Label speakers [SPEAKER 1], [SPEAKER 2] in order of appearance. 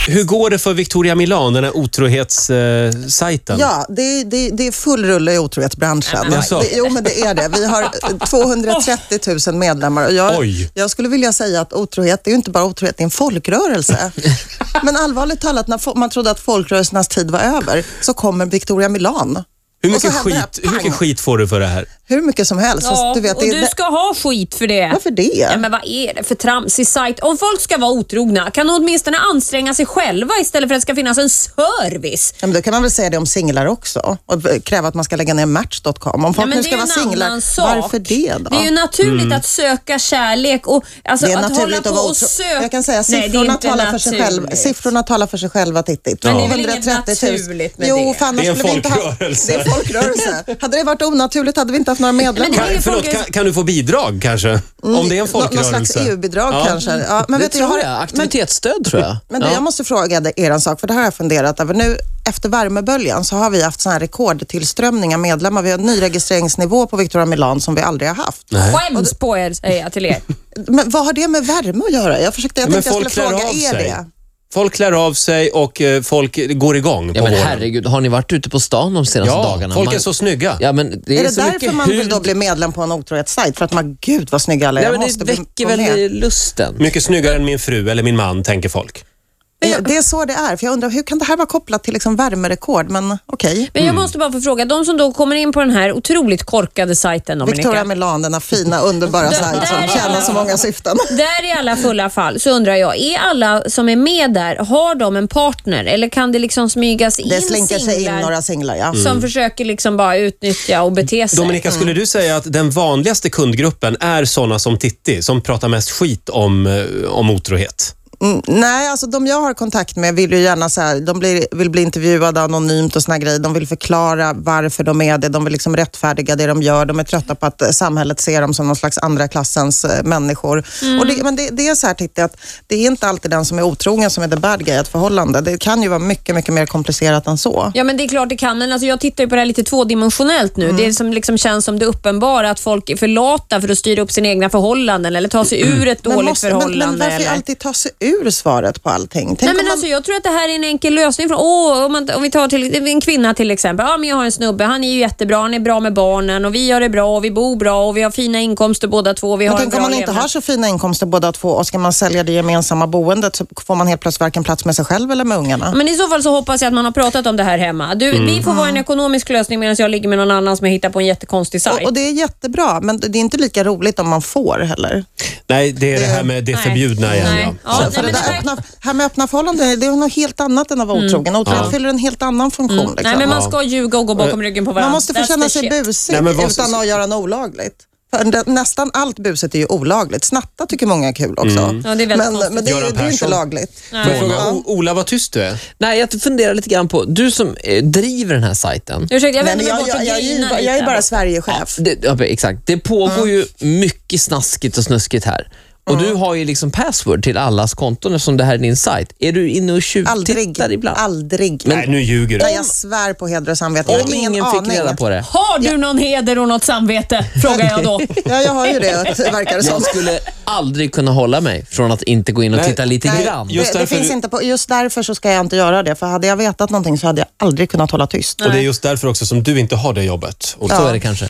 [SPEAKER 1] Hur går det för Victoria Milan, den här otrohetssajten?
[SPEAKER 2] Ja, det är full rulle i otrohetsbranschen. Men det är det. Vi har 230 000 medlemmar. Och jag skulle vilja säga att otrohet, det är ju inte bara otrohet, det är en folkrörelse. Men allvarligt talat, när man trodde att folkrörelsernas tid var över, så kommer Victoria Milan.
[SPEAKER 1] Hur mycket skit får du för det här?
[SPEAKER 2] Hur mycket som helst.
[SPEAKER 3] Ja, du vet, och du ska ha skit för det.
[SPEAKER 2] Varför det?
[SPEAKER 3] Ja, men vad är det för tramsig sajt? Om folk ska vara otrogna, kan de åtminstone anstränga sig själva istället för att det ska finnas en service.
[SPEAKER 2] Ja, men då kan man väl säga det om singlar också. Och kräva att man ska lägga ner Match.com. Om folk nu ska vara singlar, varför det då?
[SPEAKER 3] Det är ju naturligt att söka kärlek. Och, alltså,
[SPEAKER 2] det är
[SPEAKER 3] att
[SPEAKER 2] naturligt
[SPEAKER 3] hålla på
[SPEAKER 2] att
[SPEAKER 3] och söka.
[SPEAKER 2] Jag kan säga siffrorna talar för sig själva. Siffrorna talar för sig själva, tittigt.
[SPEAKER 3] Men det är väl inget naturligt med
[SPEAKER 2] det?
[SPEAKER 1] Fan, det är en folkrörelse.
[SPEAKER 2] Det är folkrörelse. Hade det varit onaturligt hade vi inte haft några medlemmar.
[SPEAKER 1] Kan du få bidrag kanske? Om det är en folkrörelse.
[SPEAKER 2] Någon slags EU-bidrag kanske. Ja, men
[SPEAKER 4] det tror jag. Aktivitetsstöd tror jag.
[SPEAKER 2] Men jag måste fråga er en sak, för det här har jag funderat över. Nu efter värmeböljan så har vi haft sån här rekordtillströmning av medlemmar. Vi har en ny registreringsnivå på Victoria Milan som vi aldrig har haft.
[SPEAKER 3] Skäms på er, säger jag till er.
[SPEAKER 2] Men vad har det med värme att göra? Jag tänkte jag skulle fråga er det.
[SPEAKER 1] Folk klär av sig och folk går igång på
[SPEAKER 4] men herregud, har ni varit ute på stan de senaste dagarna?
[SPEAKER 1] Folk är så snygga.
[SPEAKER 4] Ja, men det är
[SPEAKER 2] det
[SPEAKER 4] så
[SPEAKER 2] därför
[SPEAKER 4] mycket
[SPEAKER 2] man vill då bli medlem på en otrohetssajt? För att man, gud vad snygga alla är.
[SPEAKER 4] Ja, men det väcker väl lusten.
[SPEAKER 1] Mycket snyggare än min fru eller min man, tänker folk.
[SPEAKER 2] Det är så det är, för jag undrar, hur kan det här vara kopplat till liksom värmerekord? Men okej.
[SPEAKER 3] Men jag måste bara få fråga, de som då kommer in på den här otroligt korkade sajten, Dominika.
[SPEAKER 2] Victoria Milan, denna fina, underbara sajt som tjänar så många syften.
[SPEAKER 3] Där i alla fulla fall så undrar jag, är alla som är med där, har de en partner? Eller kan det liksom smygas in
[SPEAKER 2] det slinker sig in några singlar, ja.
[SPEAKER 3] Som försöker liksom bara utnyttja och bete sig.
[SPEAKER 1] Dominika, skulle du säga att den vanligaste kundgruppen är såna som Titti, som pratar mest skit om otrohet?
[SPEAKER 2] Nej, alltså de jag har kontakt med vill ju gärna så här, vill bli intervjuade anonymt och såna grejer. De vill förklara varför de är det. De vill liksom rättfärdiga det de gör. De är trötta på att samhället ser dem som någon slags andra klassens människor. Och det är så här, Titti, att det är inte alltid den som är otrogen som är the bad guy i ett förhållande. Det kan ju vara mycket, mycket mer komplicerat än så.
[SPEAKER 3] Ja, men det är klart det kan. Men alltså, jag tittar ju på det här lite tvådimensionellt nu. Det som liksom känns som det uppenbara att folk är för lata för att styra upp sina egna förhållanden eller ta sig ur ett dåligt förhållande.
[SPEAKER 2] Men varför alltid ta sig ur svaret på allting?
[SPEAKER 3] Nej, men alltså, jag tror att det här är en enkel lösning. Om vi tar till en kvinna till exempel. Ja, men jag har en snubbe, han är ju jättebra, han är bra med barnen och vi gör det bra och vi bor bra och vi har fina inkomster båda två. Vi har
[SPEAKER 2] tänk om man inte har så fina inkomster båda två och ska man sälja det gemensamma boendet så får man helt plötsligt varken plats med sig själv eller med ungarna.
[SPEAKER 3] Men i så fall så hoppas jag att man har pratat om det här hemma. Vi får vara en ekonomisk lösning medan jag ligger med någon annan som jag hittar på en jättekonstig sajt.
[SPEAKER 2] Och det är jättebra, men det är inte lika roligt om man får heller.
[SPEAKER 1] Nej, det är det här med det förbjudna igen.
[SPEAKER 2] Här med öppna förhållanden, det är något helt annat än att vara otrogen. Otrohet fyller en helt annan funktion. Liksom.
[SPEAKER 3] Nej, men man ska ljuga och gå bakom ryggen på varandra.
[SPEAKER 2] Man måste få känna sig busig utan att göra något olagligt. För nästan allt buset är ju olagligt. Snatta tycker många är kul också.
[SPEAKER 3] Ja, det är
[SPEAKER 2] men det är inte lagligt.
[SPEAKER 1] Ola, vad tyst du är.
[SPEAKER 4] Nej, jag funderar lite grann på, du som driver den här sajten.
[SPEAKER 3] Ursäkta,
[SPEAKER 2] jag är bara Sverigechef.
[SPEAKER 4] Exakt. Det pågår ju mycket snaskigt och snuskigt här. Och du har ju liksom password till allas konton eftersom det här är din sajt. Är du inne och tittar ibland?
[SPEAKER 2] Aldrig.
[SPEAKER 1] Nej, nu ljuger du.
[SPEAKER 2] Nej, jag svär på heder och samvete.
[SPEAKER 4] Om ingen fick reda på det.
[SPEAKER 3] Har du någon heder och något samvete? Frågar jag då.
[SPEAKER 2] Ja, jag har ju det, verkar det som.
[SPEAKER 4] Jag skulle aldrig kunna hålla mig från att inte gå in och titta lite grann.
[SPEAKER 2] Just därför så ska jag inte göra det. För hade jag vetat någonting så hade jag aldrig kunnat hålla tyst.
[SPEAKER 1] Och det är just därför också som du inte har det jobbet.
[SPEAKER 4] Och så är det kanske.